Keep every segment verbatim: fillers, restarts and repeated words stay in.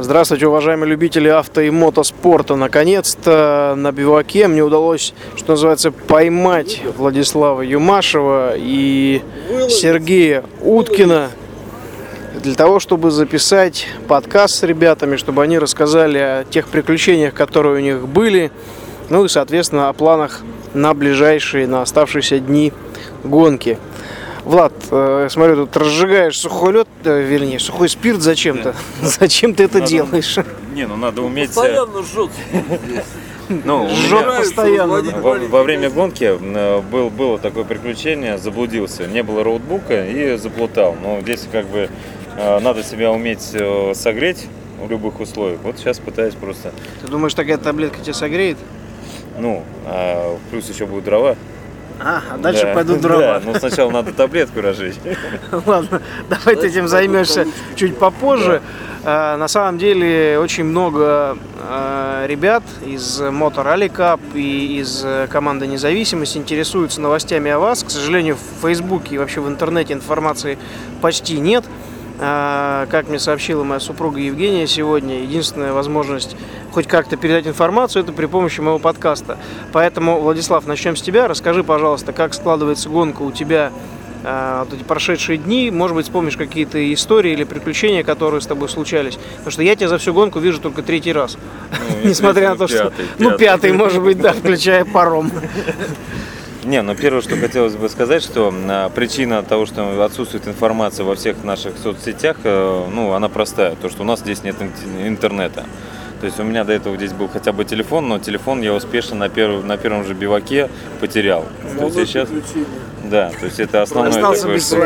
Здравствуйте, уважаемые любители авто и мотоспорта. Наконец-то на биваке мне удалось, что называется, поймать Владислава Юмашева и Сергея Уткина для того, чтобы записать подкаст с ребятами, чтобы они рассказали о тех приключениях, которые у них были, ну и, соответственно, о планах на ближайшие, на оставшиеся дни гонки. Влад, э, смотрю, тут разжигаешь сухой лед, э, вернее, сухой спирт зачем-то. Да. Зачем ты это надо, делаешь? Не, ну надо уметь... Постоянно жжет. Ну, жжет постоянно. Во, во время гонки был, было такое приключение, заблудился. Не было роутбука и заплутал. Но здесь как бы надо себя уметь согреть в любых условиях. Вот сейчас пытаюсь просто... Ты думаешь, такая таблетка тебя согреет? Ну, а плюс еще будут дрова. А, а дальше да, пойдут дрова. Да, но сначала надо таблетку разжечь. Ладно, давай ты этим займешься чуть попозже. Да. На самом деле очень много ребят из Motor Rally Cup и из команды Независимость интересуются новостями о вас. К сожалению, в Фейсбуке и вообще в интернете информации почти нет. Как мне сообщила моя супруга Евгения сегодня, единственная возможность хоть как-то передать информацию — это при помощи моего подкаста. Поэтому, Владислав, начнем с тебя. Расскажи, пожалуйста, как складывается гонка у тебя э, вот эти прошедшие дни. Может быть, вспомнишь какие-то истории или приключения, которые с тобой случались. Потому что я тебя за всю гонку вижу только третий раз. Ну, несмотря на то, что... Пятый, ну, пятый. пятый, может быть, да, включая паром. Не, ну первое, что хотелось бы сказать, что а, причина того, что отсутствует информация во всех наших соцсетях, э, ну, она простая, то, что у нас здесь нет интернета. То есть у меня до этого здесь был хотя бы телефон, но телефон я успешно на, перв, на первом же биваке потерял. То есть сейчас, да, то есть это основное такое, что...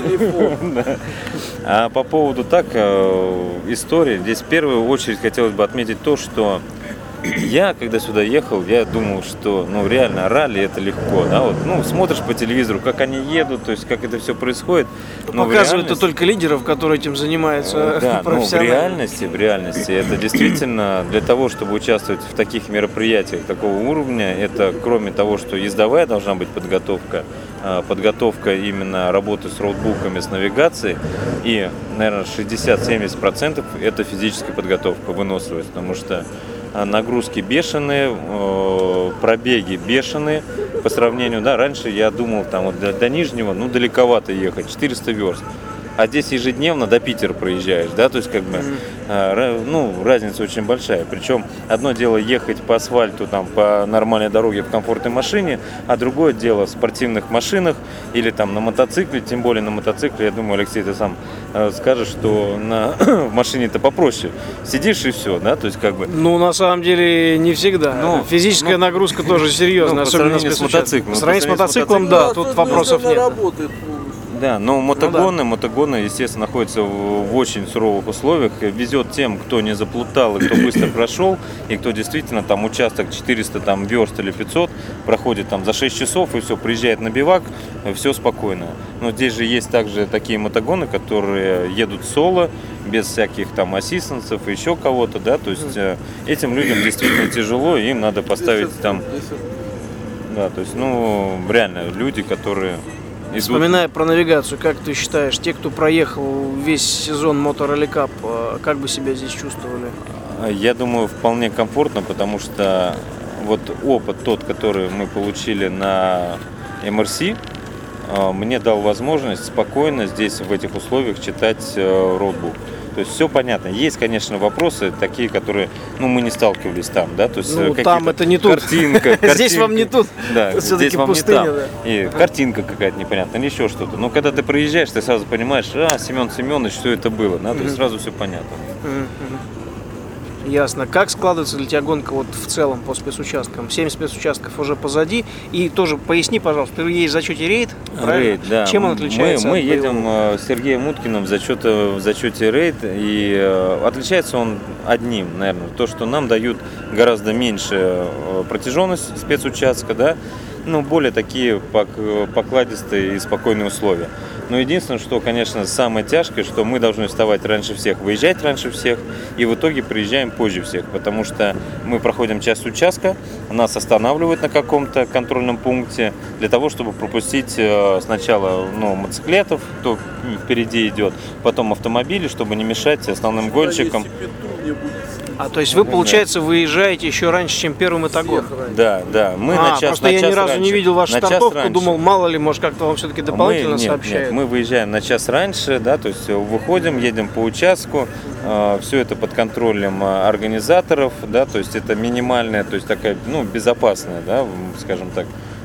А по поводу так э, истории, здесь в первую очередь хотелось бы отметить то, что я, когда сюда ехал, я думал, что, ну, реально, ралли — это легко, да, вот, ну, смотришь по телевизору, как они едут, то есть, как это все происходит. Но показывают реальности... только лидеров, которые этим занимаются. Да, но в реальности, в реальности, это действительно для того, чтобы участвовать в таких мероприятиях такого уровня, это, кроме того, что ездовая должна быть подготовка, подготовка именно работы с роутбуками, с навигацией, и, наверное, шестьдесят-семьдесят процентов это физическая подготовка, выносливость, потому что нагрузки бешеные, пробеги бешеные по сравнению, да, раньше я думал, там вот до, до Нижнего, ну, далековато ехать, четыреста верст. А здесь ежедневно до Питера проезжаешь, да, то есть как бы, mm. ну, разница очень большая. Причем одно дело ехать по асфальту, там, по нормальной дороге в комфортной машине, а другое дело в спортивных машинах или там на мотоцикле, тем более на мотоцикле, я думаю, Алексей, ты сам э, скажешь, что на в машине-то попроще. Сидишь и все, да, то есть как бы. Ну, на самом деле, не всегда. Ну, физическая ну, нагрузка тоже серьезная, ну, особенно с мотоциклом. По сравнению с мотоциклом, да, тут вопросов нет. Да, но мотогоны, ну, да. мотогоны, естественно, находятся в, в очень суровых условиях. Везет тем, кто не заплутал и кто быстро прошел, и кто действительно там участок четыреста там, верст или пятьсот проходит там за шесть часов и все, приезжает на бивак, все спокойно. Но здесь же есть также такие мотогоны, которые едут соло, без всяких там ассистенсов и еще кого-то, да, то есть э, этим людям действительно тяжело, и им надо поставить там, да, то есть, ну, реально люди, которые... Вспоминая про навигацию, как ты считаешь, те, кто проехал весь сезон Motor Rally Cup, как бы себя здесь чувствовали? Я думаю, вполне комфортно, потому что вот опыт тот, который мы получили на эм эр си, мне дал возможность спокойно здесь в этих условиях читать роутбук. То есть все понятно. Есть, конечно, вопросы такие, которые, ну, мы не сталкивались там, да, то есть ну, там это не тут. Картинка, картинка. Здесь вам не тут. Да, здесь вам не там. И картинка какая-то непонятная, или еще что-то. Но когда ты проезжаешь, ты сразу понимаешь, а, Семен Семенович, что это было, да, то есть сразу все понятно. Ясно. Как складывается для тебя гонка вот в целом по спецучасткам? семь спецучастков уже позади. И тоже поясни, пожалуйста, ты едешь в зачете рейд, правильно? Рейд, да. Чем он отличается? Мы, мы от едем с Сергеем Уткиным в зачете, в зачете рейд. И э, отличается он одним, наверное. То, что нам дают гораздо меньше протяженность спецучастка, да, ну, более такие покладистые и спокойные условия. Но единственное, что, конечно, самое тяжкое, что мы должны вставать раньше всех, выезжать раньше всех, и в итоге приезжаем позже всех, потому что мы проходим часть участка, нас останавливают на каком-то контрольном пункте для того, чтобы пропустить сначала ну, мотоциклетов, кто впереди идет, потом автомобили, чтобы не мешать основным гонщикам. А то есть вы, получается, выезжаете еще раньше, чем первым этагон? Да, да. Мы а, на час, просто на я час ни разу раньше. не видел вашу на стартовку, думал, мало ли, может, как-то вам все-таки дополнительно мы, нет, сообщают. Нет, мы выезжаем на час раньше, да, то есть выходим, едем по участку, э, все это под контролем организаторов, да, то есть это минимальная, то есть такая, ну, безопасная, да, скажем так,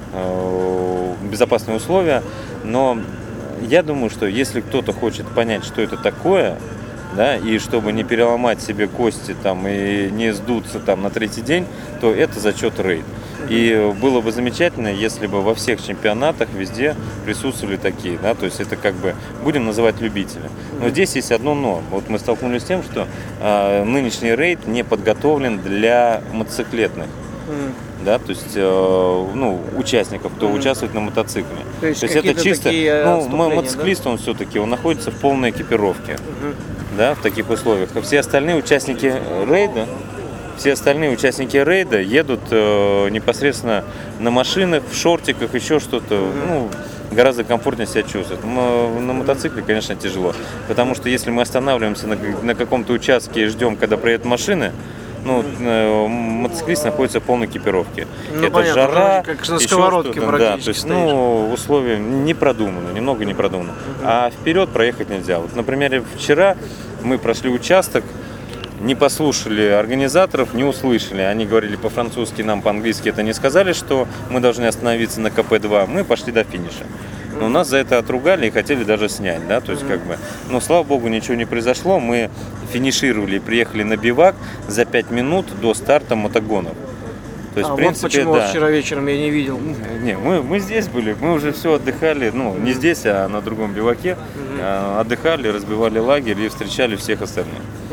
э, безопасные условия, но я думаю, что если кто-то хочет понять, что это такое, да, и чтобы не переломать себе кости там, и не сдуться там, на третий день, то это зачет рейд. И было бы замечательно, если бы во всех чемпионатах везде присутствовали такие, да, то есть это как бы будем называть любители. Но здесь есть одно но. Вот мы столкнулись с тем, что э, нынешний рейд не подготовлен для мотоциклетных. Да, то есть э, ну, участников, кто mm-hmm. участвует на мотоцикле. То есть, то есть это чисто, ну, мотоциклист, да? он все-таки, он находится в полной экипировке, mm-hmm. да, в таких условиях. А все остальные участники рейда, все остальные участники рейда едут э, непосредственно на машинах, в шортиках, еще что-то, mm-hmm. ну, гораздо комфортнее себя чувствуют. Но на мотоцикле, конечно, тяжело, потому что если мы останавливаемся на, на каком-то участке и ждем, когда проедут машины, ну, э, мотоциклист находится в полной экипировке. Ну, это понятно, жара, как на сковородке практически. Да, то есть, ну, условия не продуманы, немного не продуманы. Uh-huh. А вперед проехать нельзя. Вот, например, вчера мы прошли участок, не послушали организаторов, не услышали. Они говорили по-французски, нам по-английски это не сказали, что мы должны остановиться на ка пэ два. Мы пошли до финиша. Но нас за это отругали и хотели даже снять, да, то есть как бы, но слава богу ничего не произошло, мы финишировали и приехали на бивак за пять минут до старта мотогонов. То есть, а в принципе, вот почему да. вчера вечером я не видел. Не, мы, мы здесь были, мы уже все отдыхали, ну не здесь, а на другом биваке, угу. а, отдыхали, разбивали лагерь и встречали всех остальных.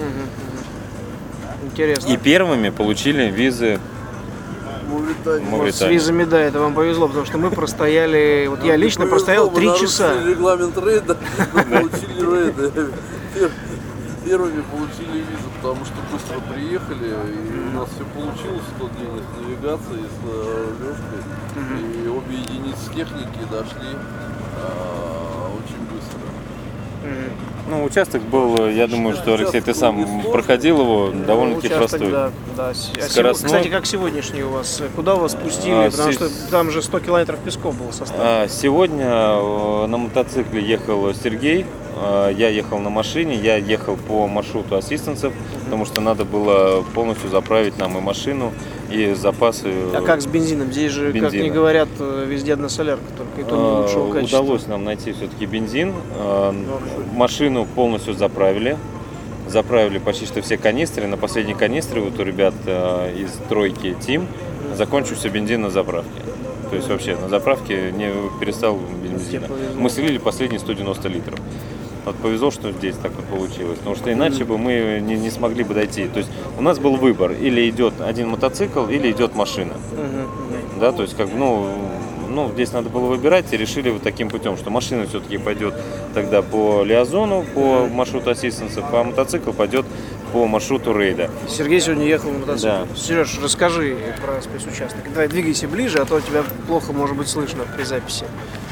Угу. Интересно. И первыми получили визы. Вот с визами, да, это вам повезло, потому что мы простояли, вот я лично простоял три часа. Регламент рейда, получили рейды. Первыми получили визу, потому что быстро приехали, и у нас все получилось в тот день с навигацией, с Лёшкой, и обе единицы техники дошли очень быстро. Ну, участок был, я думаю, что, Алексей, ты сам проходил его, довольно-таки участок, простой. Да, да. Скоростной. Кстати, как сегодняшний у вас? Куда вас пустили? А, Потому с... что там же сто километров песков было состав. А, сегодня на мотоцикле ехал Сергей, я ехал на машине, я ехал по маршруту ассистенсов, uh-huh. потому что надо было полностью заправить нам и машину, и запасы. А как с бензином? Здесь же, бензина. Как не говорят, везде одна солярка, только и то не лучшего качества. Удалось нам найти все-таки бензин. Машину полностью заправили. Заправили почти что все канистры. На последней канистре вот у ребят из тройки Team закончился бензин на заправке. То есть вообще на заправке не перестал бензина. Мы слили последние сто девяносто литров. Вот повезло, что здесь так вот получилось, потому что иначе mm-hmm. бы мы не, не смогли бы дойти. То есть у нас был выбор, или идет один мотоцикл, или идет машина. Mm-hmm. Да, то есть как ну, ну, здесь надо было выбирать, и решили вот таким путем, что машина все-таки пойдет тогда по Лиазону, по маршруту ассистенсов, а мотоцикл пойдет по маршруту рейда. Сергей сегодня ехал на мотоцикле. Да. Сереж, расскажи про спецучасток. Давай двигайся ближе, а то тебя плохо может быть слышно при записи.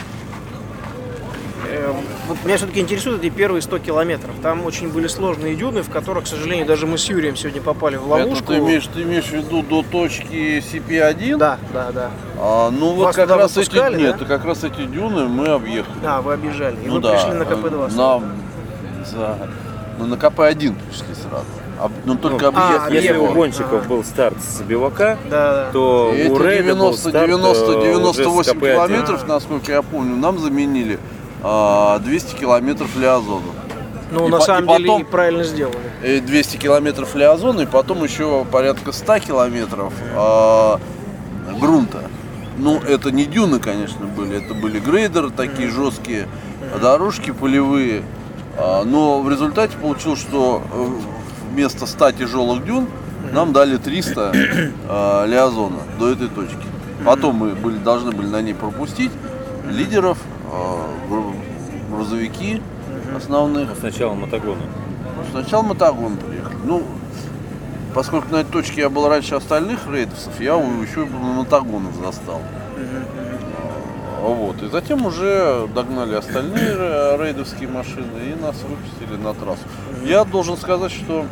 Вот меня все-таки интересуют эти первые сто километров. Там очень были сложные дюны, в которых, к сожалению, даже мы с Юрием сегодня попали в ловушку. Это ты имеешь, ты имеешь в виду до точки си пи один? Да, да, да. А, ну вот Вас как раз эти, да? нет, как раз эти дюны мы объехали. А, вы объезжали. И ну, вы да, пришли на ка пэ два. Нам за... Ну, на ка пэ один пришли сразу. Об... Но только ну, объехали. Если его. у гонщиков а. был старт с бивака, да, то и у рейда был старт девяносто девяносто восемь километров, а. насколько я помню, нам заменили а, двести километров Лиазона. Ну, и на по, самом и деле, потом, и правильно сделали. двести километров Лиазона, и потом еще порядка ста километров а, грунта. Ну, это не дюны, конечно, были, это были грейдеры такие mm-hmm. жесткие, mm-hmm. дорожки полевые. А, но в результате получилось, что вместо ста тяжелых дюн mm-hmm. нам дали триста а, Лиазона до этой точки. Mm-hmm. Потом мы были, должны были на ней пропустить лидеров, а, грузовики основных. Ну, сначала мотогоны. Сначала мотогон приехали. Ну, поскольку на этой точке я был раньше остальных рейдовцев, я еще мотогонов застал. Вот. И затем уже догнали остальные рейдовские машины и нас выпустили на трассу. Я должен сказать, что,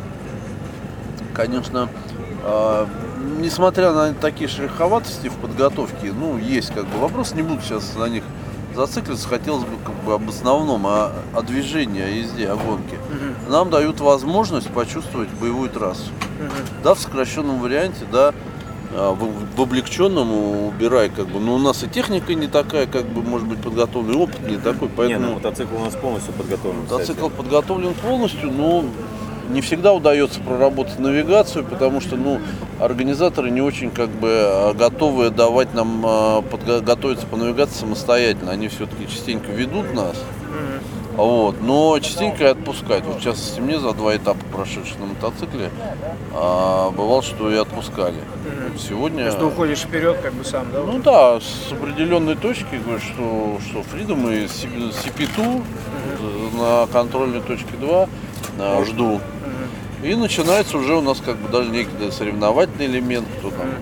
конечно, э, несмотря на такие шероховатости в подготовке, ну, есть как бы вопрос, не буду сейчас на них зацикливаться, хотелось бы как бы об основном, о, о движении, о езде, о гонке. Uh-huh. Нам дают возможность почувствовать боевую трассу. Uh-huh. Да, в сокращенном варианте, да, в, в облегченном убирай, как бы, но у нас и техника не такая, как бы, может быть, подготовлен, и опыт не такой, поэтому... Не, ну, мотоцикл у нас полностью подготовлен. Мотоцикл кстати. подготовлен полностью, но не всегда удается проработать навигацию, потому что, ну, организаторы не очень, как бы, готовы давать нам подготовиться по навигации самостоятельно. Они все-таки частенько ведут нас, mm-hmm. вот, но частенько и отпускают. Вот, в частности, мне за два этапа, прошедших на мотоцикле, а, бывало, что и отпускали. Mm-hmm. Сегодня... То есть ты уходишь вперед, как бы сам, да? Ну да, с определенной точки, говорю, что, что Freedom и си пи два mm-hmm. на контрольной точке два а, жду. И начинается уже у нас как бы даже некий соревновательный элемент, кто там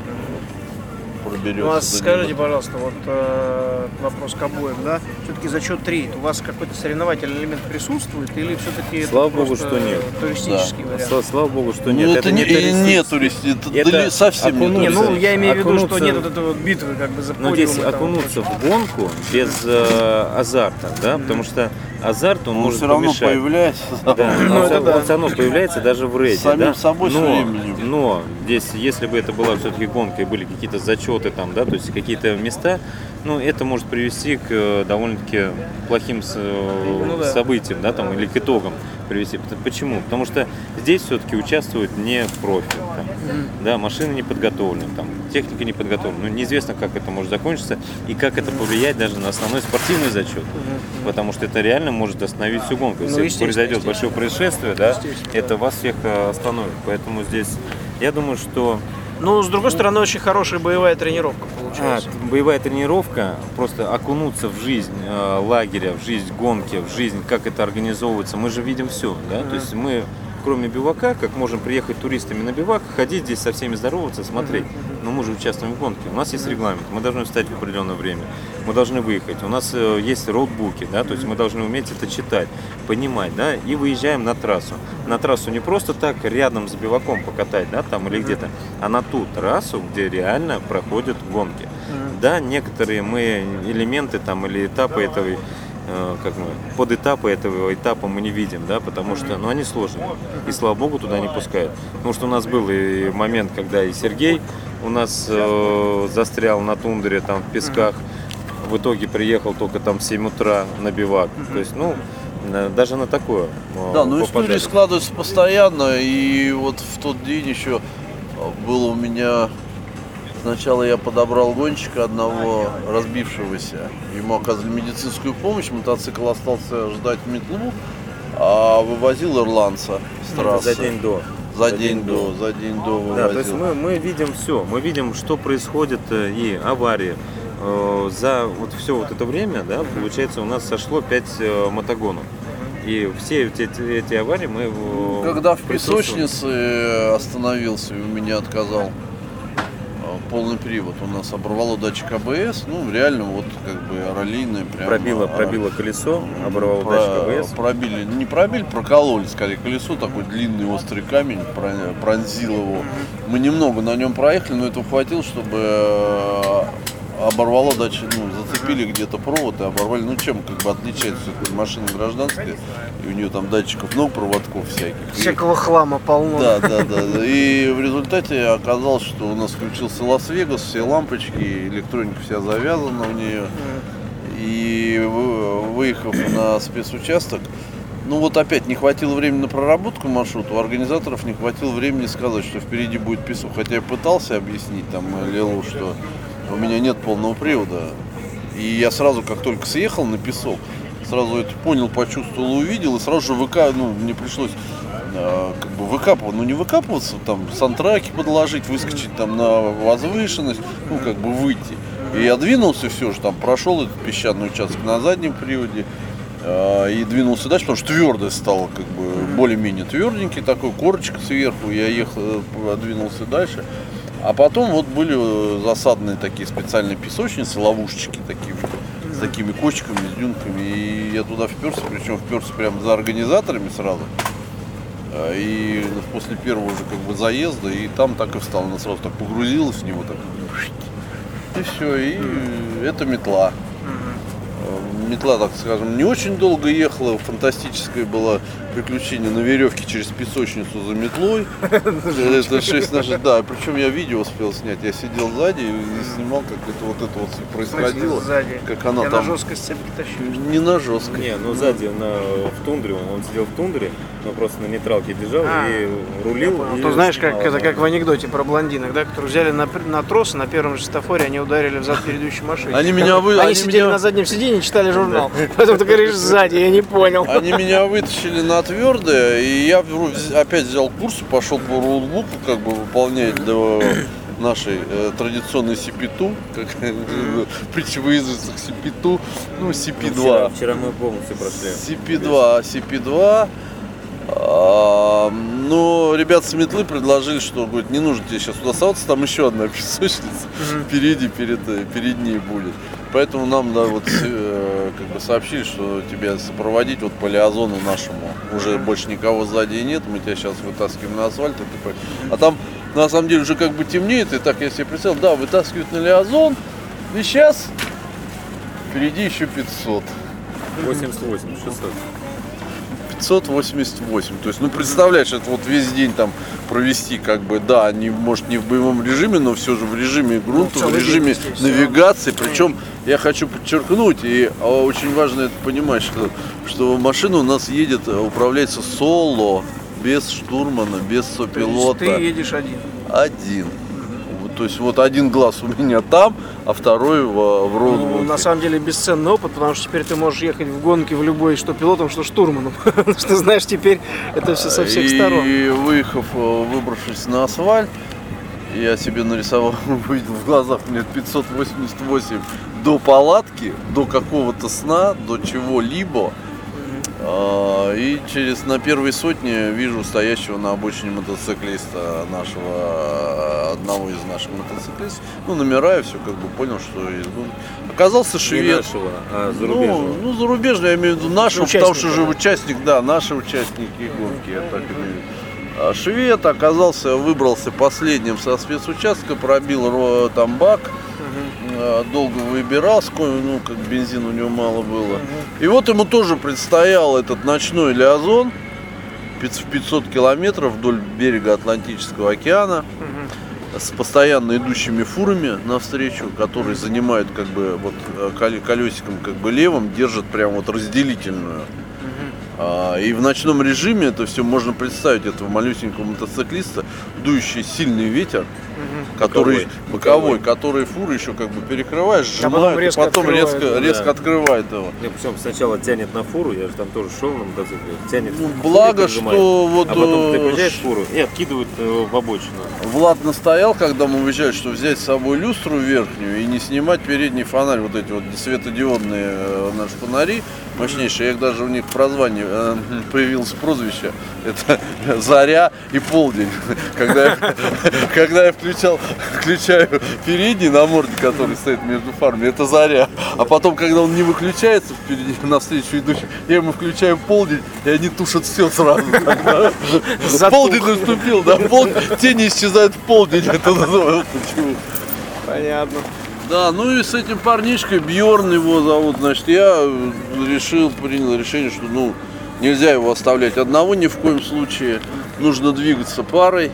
проберется. Ну, а скажите, пожалуйста, вот э, вопрос к обоим, да? Все-таки зачет три, у вас какой-то соревновательный элемент присутствует или все-таки слава богу, что нет. Туристический да. вариант? Слава, слава богу, что нет. Ну, это, это не, не, не туристический, это, это совсем не туристический. Ну, я имею в виду, окунуться... что нет вот этой вот битвы как бы за подиум. Но здесь окунуться в гонку без э, азарта, да, mm-hmm. потому что азарт, он, он может все равно помешать. появляется. Да, ну, он, это он, да. он все равно появляется даже в рейде. Самим да? собой но, временем. но здесь, если бы это была все-таки гонка и были какие-то зачеты там, да, то есть какие-то места, ну, это может привести к довольно-таки плохим с, ну, да. событиям, да, там, или к итогам привести. Почему? Потому что здесь все-таки участвуют не профи, там, mm-hmm. да, машины не подготовлены, там, техника не подготовлена. Ну, неизвестно, как это может закончиться и как это повлияет даже на основной спортивный зачет. Mm-hmm. Потому что это реально может остановить всю гонку. Если ну, произойдет большое происшествие, да, это вас всех остановит. Поэтому здесь, я думаю, что... Ну, с другой стороны, очень хорошая боевая тренировка получается. А, боевая тренировка, просто окунуться в жизнь э, лагеря, в жизнь гонки, в жизнь, как это организовывается. Мы же видим все, да, mm-hmm. то есть мы, кроме бивака, как можем приехать туристами на бивак, ходить здесь со всеми здороваться, смотреть. Mm-hmm. Но мы же участвуем в гонке. У нас есть регламент, мы должны встать в определенное время, мы должны выехать. У нас э, есть роутбуки, да, то есть мы должны уметь это читать, понимать, да, и выезжаем на трассу. На трассу не просто так рядом с биваком покатать, да, там или где-то, а на ту трассу, где реально проходят гонки. Mm-hmm. Да, некоторые мы элементы там или этапы этого, э, как мы, подэтапы этого этапа мы не видим, да, потому что, ну, они сложные. И слава богу, туда не пускают. Потому что у нас был и момент, когда и Сергей у нас э, застрял на тундре там в песках. В итоге приехал только там в семь утра на бивак. Mm-hmm. То есть, ну, даже на такое. Да, ну истории складываются постоянно. И вот в тот день еще было у меня... Сначала я подобрал гонщика одного разбившегося. Ему оказали медицинскую помощь. Мотоцикл остался ждать в метлу, а вывозил ирландца с трассы. За день до. За, за день, день до, до, за день до вывозил. Да, то есть мы, мы видим все. Мы видим, что происходит, и аварии. За вот все вот это время, да, получается, у нас сошло пять мотогонов. И все эти, эти аварии мы... Когда в песочнице остановился и у меня отказал полный привод, у нас оборвало датчик а бэ эс, ну реально вот как бы раллийное прям... Пробило, пробило колесо, оборвало про, датчик а бэ эс. Пробили, не пробили, прокололи скорее колесо, такой длинный острый камень пронзил его. Мы немного на нем проехали, но этого хватило, чтобы... оборвало датчик, ну, зацепили где-то провод и оборвали. Ну, чем как бы отличается все-таки машина гражданская, и у нее там датчиков много, проводков всяких. Всякого и... хлама полно. Да, да, да. И в результате оказалось, что у нас включился Лас-Вегас, все лампочки, электроника вся завязана в нее. И выехав на спецучасток, ну вот опять не хватило времени на проработку маршрута, у организаторов не хватило времени сказать, что впереди будет песок. Хотя я пытался объяснить там Лелу, что у меня нет полного привода. И я сразу, как только съехал на песок, сразу это понял, почувствовал, увидел, и сразу же выка... ну, мне пришлось э, как бы выкапываться, ну не выкапываться, там сантраки подложить, выскочить там на возвышенность, ну как бы выйти. И я двинулся все же, там прошел этот песчаный участок на заднем приводе, И двинулся дальше, потому что твердость стала как бы более-менее тверденький, такой корочка сверху. Я ехал, двинулся дальше. А потом вот были засадные такие специальные песочницы, ловушечки такие, с такими кочками, с дюнками. И я туда вперся, причем вперся прямо за организаторами сразу. И после первого уже как бы заезда, и там так и встал, она сразу так погрузилась в него, так, и все, и это метла. Метла, так скажем, не очень долго ехала, фантастическое было приключение на веревке через песочницу за метлой. Это шесть на шесть, да, причем я видео успел снять, я сидел сзади и снимал, как это вот это вот происходило. Сзади. Как она Я там... на жесткой сцепке тащу. Не на жесткой. Не, ну сзади на, в тундре, он, он сидел в тундре, но просто на нейтралке держал А, и рулил. Ну, и то знаешь, как, снимал, это да. как в анекдоте про блондинок, да, которые взяли на, на трос, на первом же светофоре они ударили в зад предыдущей машины. Они меня вы- Они, они сидели меня- на заднем сиденье и читали журнал. Поэтому ты говоришь сзади, я не понял. Они меня вытащили на твердое, и я вз- опять взял курс и пошел по роутбуку, как бы выполнять до нашей э, традиционной сипиту, как притча во языцах сипиту, ну си пи два. Вчера, вчера мы полностью прошли. си пи два, си пи два. А, но ребята с метлы предложили, что говорит, не нужно тебе сейчас туда соваться, там еще одна песочница впереди, перед, перед ней будет. Поэтому нам да, вот, э, как бы сообщили, что тебя сопроводить вот по Лиазону нашему. Уже больше никого сзади нет, мы тебя сейчас вытаскиваем на асфальт. И ты... А там на самом деле уже как бы темнеет, и так я себе представил, да, вытаскивают на Лиазон, и сейчас впереди еще пятьсот. восемьдесят восемь, шестьсот. пятьсот восемьдесят восемь. То есть, ну представляешь, это вот весь день там провести, как бы, да, не, может не в боевом режиме, но все же в режиме грунта, Ну, в целый режиме день здесь, навигации. Причем я хочу подчеркнуть, и а, очень важно это понимать, что, что машина у нас едет, управляется соло, без штурмана, без То есть сопилота. ты едешь один. Один. Вот, то есть вот один глаз у меня там, а второй в, в Ну, роутбуке. на самом деле бесценный опыт, потому что теперь ты можешь ехать в гонке в любой, что пилотом, что штурманом. Потому что знаешь, теперь это все со всех сторон. И выехав, выбравшись на асфальт, я себе нарисовал, увидел в глазах, мне пятьсот восемьдесят восемь до палатки, до какого-то сна, до чего-либо. А, И через на первой сотне вижу стоящего на обочине мотоциклиста нашего, одного из наших мотоциклистов. Ну, номера и все, как бы понял, что из гонки. Оказался Не швед. нашего, а зарубежного. Ну, ну, зарубежный, я имею в виду нашего, Участник, потому что же да. участник, да, наши участники гонки, я так имею в виду. А швед оказался, выбрался последним со спецучастка, пробил ро- там бак, э, долго выбирал, сколько, ну, как бензина у него мало было. И вот ему тоже предстоял этот ночной Лиазон в пятьсот километров вдоль берега Атлантического океана с постоянно идущими фурами навстречу, которые занимают как бы вот коле- колесиком как бы левым, держат прям вот разделительную. А, И в ночном режиме это все можно представить, этого малюсенького мотоциклиста, дующий сильный ветер, который Боковой. боковой, который фуры еще как бы перекрывает, потом сжимает, и резко потом открывает, резко, да. резко открывает его. Я причем сначала тянет на фуру, я же там тоже шел на мотоцикле, тянет Ну, к фуре, благо, прижимает, что вот, а потом ты э, приезжаешь в фуру и откидывает э, в обочину. Влад настоял, когда мы уезжали, что взять с собой люстру верхнюю и не снимать передний фонарь, вот эти вот светодиодные э, наши фонари мощнейшие. Я их даже у них прозвание э, появилось прозвище. Это заря и полдень. Когда я, когда я включал, включаю передний намордник, который стоит между фарами, это заря. А потом, когда он не выключается впереди, навстречу идущим, я ему включаю полдень, и они тушат все сразу. Затух. Полдень наступил, да, полдень, тени исчезают в полдень. Это называют почему. Понятно. Да, ну и с этим парнишкой, Бьорн его зовут, значит, я решил, принял решение, что, ну, нельзя его оставлять одного ни в коем случае, нужно двигаться парой,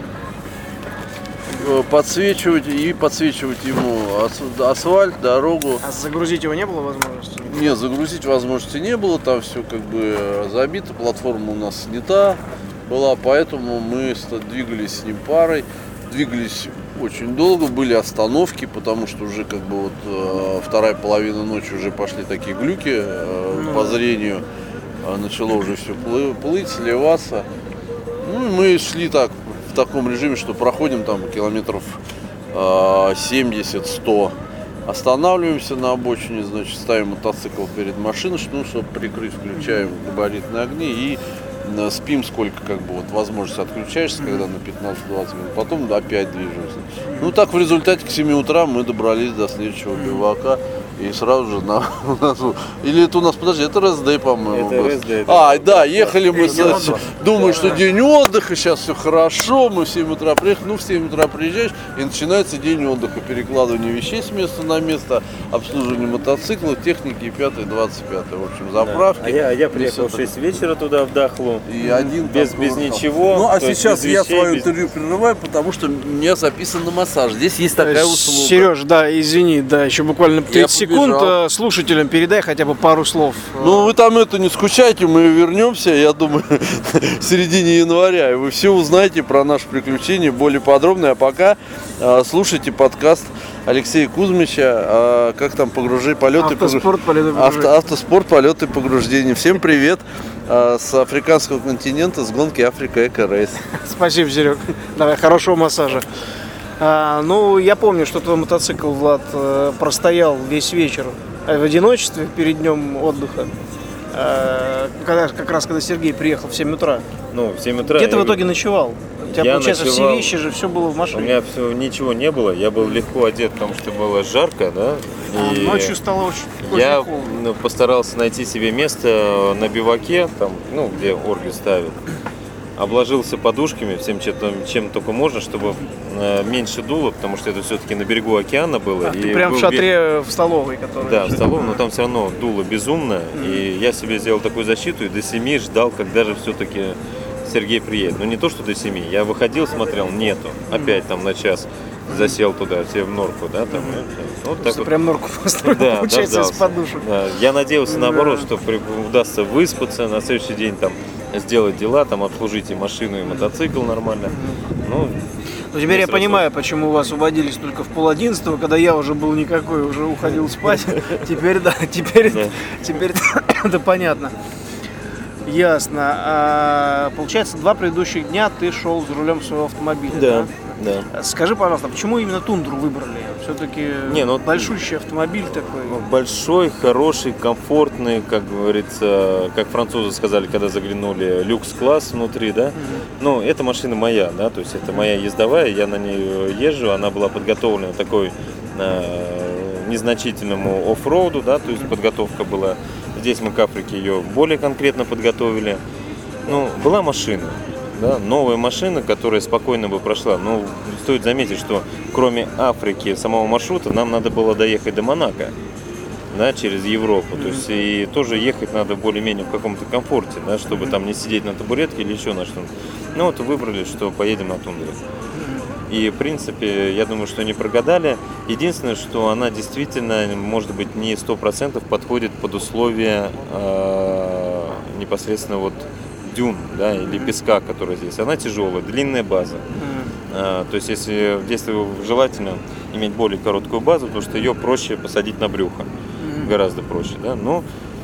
э, подсвечивать и подсвечивать ему ас- асфальт, дорогу. А загрузить его не было возможности? Не, загрузить возможности не было, там все как бы забито, платформа у нас снята была, поэтому мы ста- двигались с ним парой, двигались очень долго, были остановки, потому что уже как бы вот э, вторая половина ночи уже пошли такие глюки э, Ну по да. зрению, э, начало уже все плыть, сливаться. Ну и мы шли так в таком режиме, что проходим там километров семьдесят-сто Останавливаемся на обочине, значит, ставим мотоцикл перед машиной, ну, чтобы прикрыть, включаем габаритные огни и э, спим сколько, как бы, вот, возможность отключаешься, когда на пятнадцать-двадцать минут, потом опять движемся. Ну, так в результате к семи утра мы добрались до следующего бивака. И сразу же на, на или это у нас, подожди, это РСД, по-моему. Это был. РСД, А, да, ехали мы, с, отдых. думаю, что день отдыха, сейчас все хорошо, мы в семь утра приехали, ну в семь утра приезжаешь, и начинается день отдыха, перекладывание вещей с места на место, обслуживание мотоцикла, техники, пятое, двадцать пятое, в общем, заправки. А я, я приехал в шесть вечера туда, в Дахлу, И один без, там без был. ничего. Ну, а то есть сейчас без я вещей, свое без- интервью прерываю, потому что мне записан на массаж. Здесь есть такая услуга. Сереж, да, извини, да, еще буквально тридцать секунд. побежал. э, Слушателям передай хотя бы пару слов. Ну, вы там это не скучайте, мы вернемся, я думаю, в середине января, и вы все узнаете про наши приключения более подробно. А пока э, слушайте подкаст Алексея Кузьмича, э, как там погружение, полеты, Автоспорт, полеты, Авто, погружения. автоспорт, полеты, погружения. Всем привет э, с африканского континента, с гонки Африка Эко Рейс. Спасибо, Серег. Давай, хорошего массажа. А, ну, я помню, что твой мотоцикл, Влад, э, простоял весь вечер в одиночестве перед днем отдыха. Э, когда, как раз когда Сергей приехал в семь утра. Ну, в семь утра. Где ты я в итоге ночевал? У тебя, Я получается, ночевал- все вещи же, все было в У машине. меня все, ничего не было, я был легко одет, потому что было жарко, да. А И ночью стало очень, очень я холодно. ну, постарался найти себе место на биваке, там, ну, где орги ставят. Обложился подушками, всем чем, чем только можно, чтобы э, меньше дуло, потому что это все-таки на берегу океана было. А, ты и прям в был шатре в столовой, которая... Да, в столовой, но там все равно дуло безумно. И я себе сделал такую защиту и до семи ждал, когда же все-таки Сергей приедет. Ну не то, что до семи. Я выходил, смотрел, нету. Опять там на час засел туда, себе в норку, да, там. и вот так Просто вот. прям норку построил, Да, получается, из дождался. подушек. Да, я надеялся наоборот, Да. что при- удастся выспаться, на следующий день там сделать дела, там обслужить и машину, и мотоцикл нормально. Ну, Ну, теперь я сразу. понимаю, почему вы освободились только в пол одиннадцатого, когда я уже был никакой, уже уходил спать. Теперь, да, теперь, Да. теперь это понятно. Ясно. А, получается, два предыдущих дня ты шел за рулем своего автомобиля. да, да. Да? Скажи, пожалуйста, почему именно тундру выбрали? Все-таки Не, ну, большущий автомобиль такой. Большой, хороший, комфортный, как говорится, как французы сказали, когда заглянули, люкс-класс внутри, да. Ну, эта машина моя, да, то есть это моя ездовая, я на ней езжу, она была подготовлена такой э, незначительному оффроуду, да, то есть подготовка была. Здесь мы к Африке ее более конкретно подготовили. Ну, была машина. Да, новая машина, которая спокойно бы прошла. Но стоит заметить, что кроме Африки, самого маршрута, нам надо было доехать до Монако, да, через Европу. То есть и тоже ехать надо более-менее в каком-то комфорте, да, чтобы там не сидеть на табуретке или еще на что-то. Ну вот выбрали, что поедем на тундре. И в принципе, я думаю, что не прогадали. Единственное, что она действительно, может быть, не сто процентов подходит под условия э, непосредственно вот дюн, да, или песка, который здесь. Она тяжелая, длинная база. А, то есть, если если желательно иметь более короткую базу, потому что ее проще посадить на брюхо. Гораздо проще, да. Но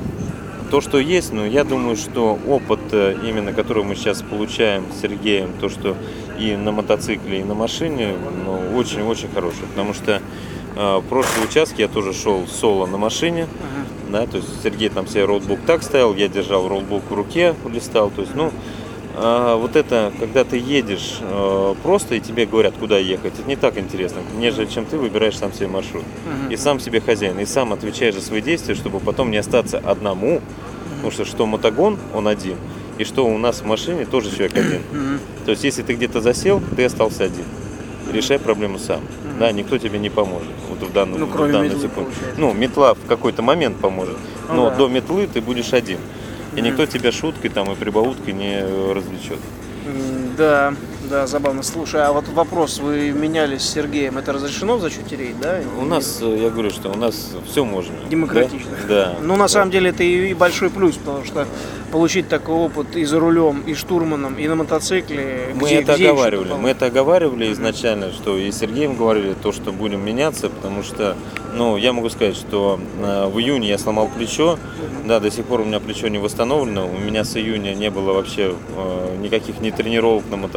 то, что есть, ну, я думаю, что опыт, э, именно который мы сейчас получаем с Сергеем, то, что и на мотоцикле, и на машине, ну, очень-очень хороший. Потому что э, в прошлые участки я тоже шел соло на машине. Да, то есть Сергей там себе роутбук так ставил, я держал роутбук в руке, листал. То есть, ну, а вот это, когда ты едешь э, просто и тебе говорят, куда ехать, это не так интересно, нежели чем ты выбираешь сам себе маршрут. И сам себе хозяин, и сам отвечаешь за свои действия, чтобы потом не остаться одному. Потому что что мотогон, он один, и что у нас в машине тоже человек один. То есть если ты где-то засел, ты остался один. Решай проблему сам. Да, никто тебе не поможет. Вот в данную, Ну, в кроме данную метлы, секунду. получается. Ну, метла в какой-то момент поможет. Ну, Но да. до метлы ты будешь один. И никто тебя шуткой там и прибауткой не э, развлечет. М, Да, да, забавно. Слушай, а вот вопрос, вы менялись с Сергеем, это разрешено в зачете рейд, да? У нас, э, я говорю, что у нас все можно. Демократично. Да. да. Ну, на самом деле, это и и большой плюс, потому что получить такой опыт и за рулем, и штурманом, и на мотоцикле. Мы где- это где еще оговаривали. попало? Мы это оговаривали изначально, что и с Сергеем говорили, то, что будем меняться, потому что, ну, я могу сказать, что э, в июне я сломал плечо, да, до сих пор у меня плечо не восстановлено, у меня с июня не было вообще э, никаких ни тренировок на мотоцикле, ни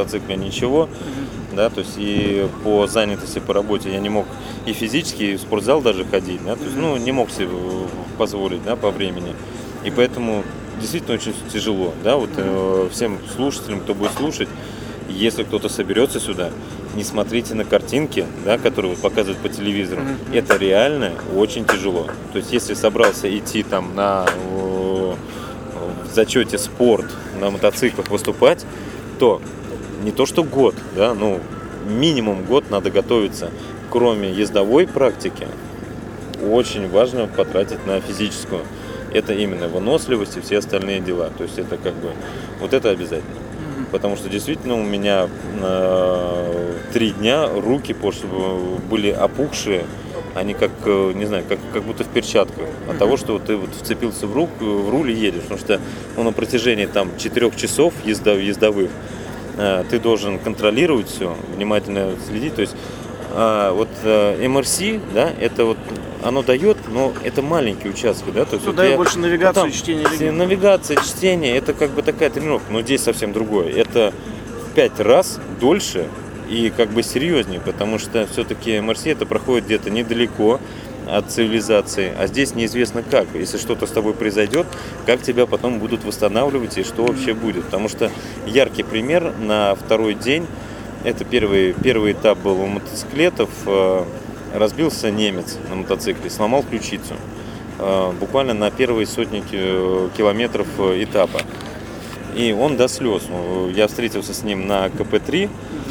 ничего, да, то есть и по занятости по работе я не мог и физически, и в спортзал даже ходить, да, то есть, ну, не мог себе позволить, да, по времени, и поэтому действительно очень тяжело, да, вот э, всем слушателям, кто будет слушать, если кто-то соберется сюда, не смотрите на картинки, да, которые вот показывают по телевизору. Mm-hmm. Это реально очень тяжело. То есть, если собрался идти там на э, в зачете спорт, на мотоциклах выступать, то не то что год, да, ну минимум год надо готовиться. Кроме ездовой практики, очень важно потратить на физическую. Это именно выносливость и все остальные дела. То есть это как бы вот это обязательно. Потому что действительно у меня э, три дня руки были опухшие, они как, не знаю, как, как будто в перчатках. От того, что ты вот вцепился в, рук, в руль и едешь. Потому что ну, на протяжении там четырех часов езда, ездовых э, ты должен контролировать все, внимательно следить. То есть э, вот э, эм эр си, да, это вот оно дает, но это маленький участок, да, то есть ну, вот дает я, больше навигацию, ну, там, чтение. Навигация, чтение, это как бы такая тренировка, но здесь совсем другое. Это в пять раз дольше и как бы серьезнее, потому что все-таки эм эр си это проходит где-то недалеко от цивилизации, а здесь неизвестно как. Если что-то с тобой произойдет, как тебя потом будут восстанавливать и что вообще будет. Потому что яркий пример на второй день, это первый, первый этап был у мотоциклетов. Разбился немец на мотоцикле, сломал ключицу. Буквально на первые сотни километров этапа. И он до слез. Я встретился с ним на ка пэ три,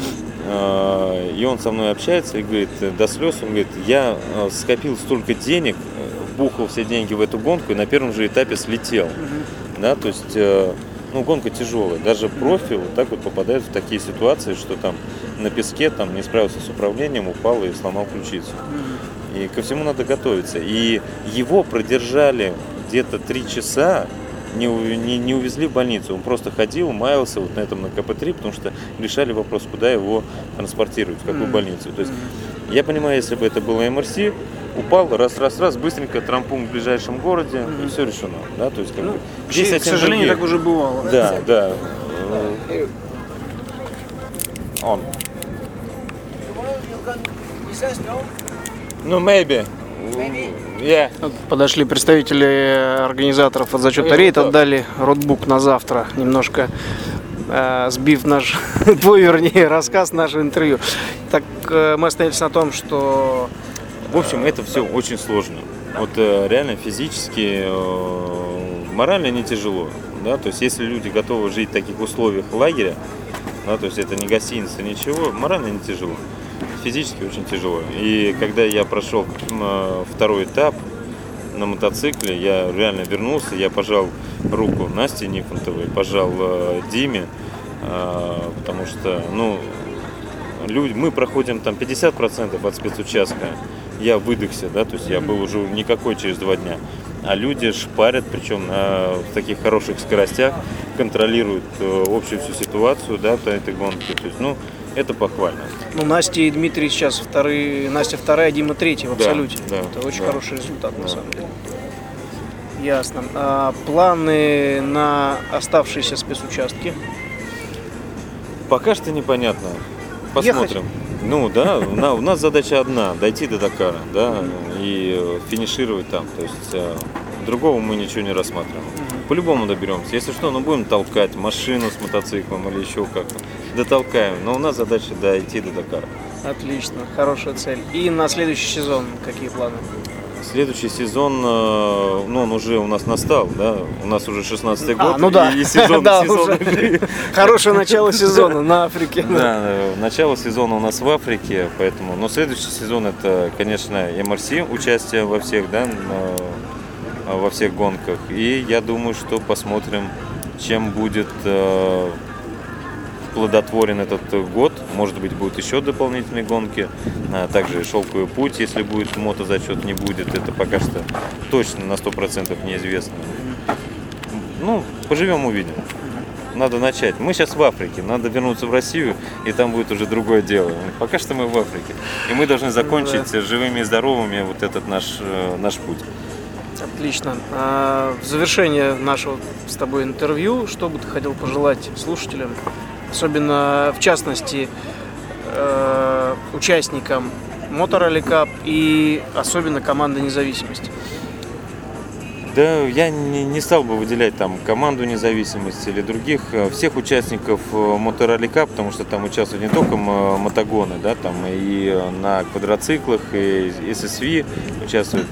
и он со мной общается и говорит, до слез, он говорит, я скопил столько денег, бухал все деньги в эту гонку и на первом же этапе слетел. Да, то есть, ну, гонка тяжелая. Даже профи вот так вот попадают в такие ситуации, что там на песке там не справился с управлением, упал и сломал ключицу. И ко всему надо готовиться. И его продержали где-то три часа, не, не, не увезли в больницу. Он просто ходил, маялся вот на этом на ка пэ три, потому что решали вопрос, куда его транспортировать, в какую больницу. То есть я понимаю, если бы это было эм эр си, упал, раз-раз-раз, быстренько травмпункт в ближайшем городе, mm-hmm. и все решено. Да? То есть, как ну, бы, здесь, к сожалению, другие. Так уже бывало. Да, да. Он. Ну, maybe. Yeah. Подошли представители организаторов от зачета рейд, отдали ротбук на завтра, немножко э, сбив наш, твой, вернее, рассказ, наше интервью. Так э, мы остановились на том, что... В общем, это все очень сложно. Вот э, реально физически, э, морально не тяжело. Да? То есть, если люди готовы жить в таких условиях лагеря, да, то есть это не гостиница, ничего, морально не тяжело. Физически очень тяжело. И когда я прошел э, второй этап на мотоцикле, я реально вернулся, я пожал руку Насте Нифонтовой, пожал э, Диме, э, потому что, ну, люди, мы проходим там пятьдесят процентов от спецучастка, я выдохся, да, то есть я был уже никакой через два дня. А люди шпарят, причем на таких хороших скоростях, контролируют э, общую всю ситуацию, да, по этой гонке. То есть, ну, это похвально. Ну, Настя и Дмитрий сейчас вторые, Настя вторая, Дима третий в абсолюте. Да, да, это очень да. хороший результат, Да. на самом деле. Ясно. А планы на оставшиеся спецучастки? Пока что непонятно. Посмотрим. Ехать? Ну да, на, у нас задача одна, дойти до Дакара, да, и финишировать там. То есть э, другого мы ничего не рассматриваем. По-любому доберемся. Если что, ну будем толкать машину с мотоциклом или еще как-то. Дотолкаем. Но у нас задача дойти до Дакара. Отлично, хорошая цель. И на следующий сезон какие планы? Следующий сезон, э, ну он уже у нас настал, да, у нас уже шестнадцатый год, А, ну да. и, и сезон, Да, сезон уже. Хорошее начало сезона на Африке. Да, э, начало сезона у нас в Африке, поэтому, но следующий сезон это, конечно, эм эр си, участие во всех, да, на- во всех гонках, и я думаю, что посмотрим, чем будет э, плодотворен этот год, может быть, будут еще дополнительные гонки, а также шелковый путь, если будет мотозачет, не будет, это пока что точно на сто процентов неизвестно. Ну, поживем, увидим. Надо начать. Мы сейчас в Африке, надо вернуться в Россию, и там будет уже другое дело. Пока что мы в Африке, и мы должны закончить Да. живыми и здоровыми вот этот наш, э, наш путь. Отлично. А в завершение нашего с тобой интервью, что бы ты хотел пожелать слушателям, особенно в частности э, участникам Moto Rally Cup и особенно команды независимости? Да, я не, не стал бы выделять там команду независимости или других, всех участников Moto Rally Cup, потому что там участвуют не только мотогоны, да, там и на квадроциклах, и эс эс ви участвуют.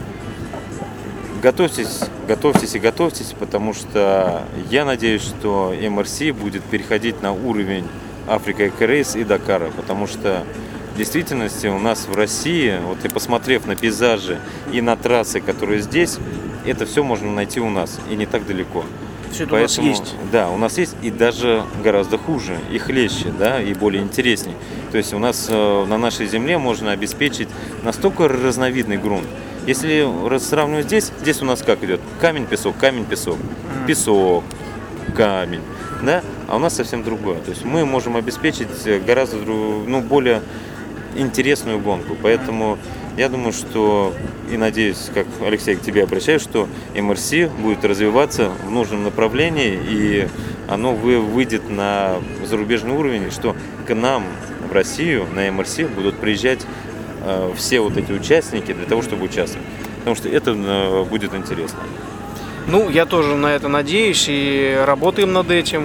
Готовьтесь, готовьтесь и готовьтесь, потому что я надеюсь, что эм эр си будет переходить на уровень Africa Eco Race и Дакара, потому что в действительности у нас в России, вот и посмотрев на пейзажи и на трассы, которые здесь, это все можно найти у нас, и не так далеко. Все это Поэтому, у нас есть. Да, у нас есть, и даже гораздо хуже, и хлеще, да, и более интересней. То есть у нас э, на нашей земле можно обеспечить настолько разновидный грунт. Если сравнивать здесь, здесь у нас как идет? Камень, песок, камень, песок, песок, камень, да, а у нас совсем другое. То есть мы можем обеспечить гораздо, ну, более интересную гонку. Поэтому я думаю, что и надеюсь, как, Алексей, к тебе обращаюсь, что эм эр си будет развиваться в нужном направлении, и оно выйдет на зарубежный уровень, что к нам в Россию на эм эр си будут приезжать э, все вот эти участники для того, чтобы участвовать. Потому что это э, будет интересно. Ну, я тоже на это надеюсь и работаем над этим.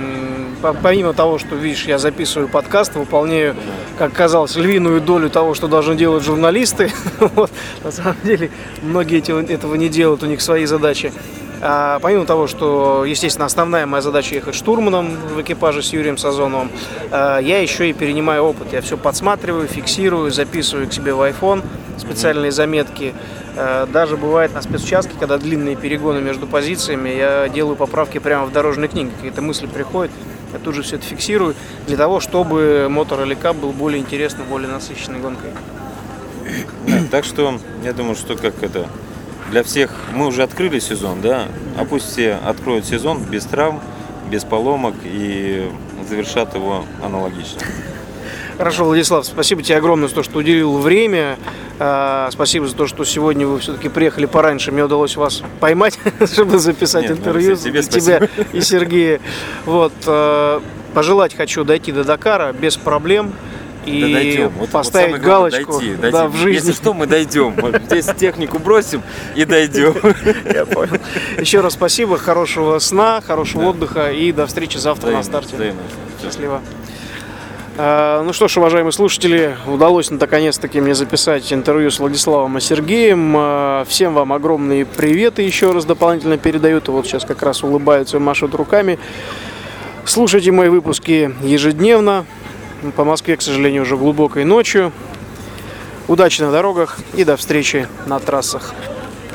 Помимо того, что, видишь, я записываю подкаст, выполняю, как казалось, львиную долю того, что должны делать журналисты. Вот. На самом деле, многие этого не делают, у них свои задачи. А помимо того, что, естественно, основная моя задача ехать штурманом в экипаже с Юрием Сазоновым, я еще и перенимаю опыт. Я все подсматриваю, фиксирую, записываю к себе в iPhone специальные заметки. Даже бывает на спецучастке, когда длинные перегоны между позициями, я делаю поправки прямо в дорожной книге. Какие-то мысли приходят, я тут же все это фиксирую, для того, чтобы Moto Rally Cup был более интересным, более насыщенной гонкой. Да, так что я думаю, что как это для всех, мы уже открыли сезон, да, а пусть все откроют сезон без травм, без поломок и завершат его аналогично. Хорошо, Владислав, спасибо тебе огромное за то, что уделил время. Спасибо за то, что сегодня вы все-таки приехали пораньше. Мне удалось вас поймать, чтобы записать Нет, интервью тебе тебя и Сергея. Вот, пожелать хочу дойти до Дакара без проблем. И да дойдем. Вот, поставить вот главное, галочку дойти, да, дойти. в жизни. Если что, мы дойдем. Здесь технику бросим и дойдем. Я понял. Еще раз спасибо, хорошего сна, хорошего да. отдыха и до встречи завтра взаимно, на старте. Взаимно. Счастливо. Ну что ж, уважаемые слушатели, удалось наконец-таки мне записать интервью с Владиславом и Сергеем. Всем вам огромные приветы еще раз дополнительно передают. И вот сейчас как раз улыбаются и машут руками. Слушайте мои выпуски ежедневно. По Москве, к сожалению, уже глубокой ночью. Удачи на дорогах и до встречи на трассах.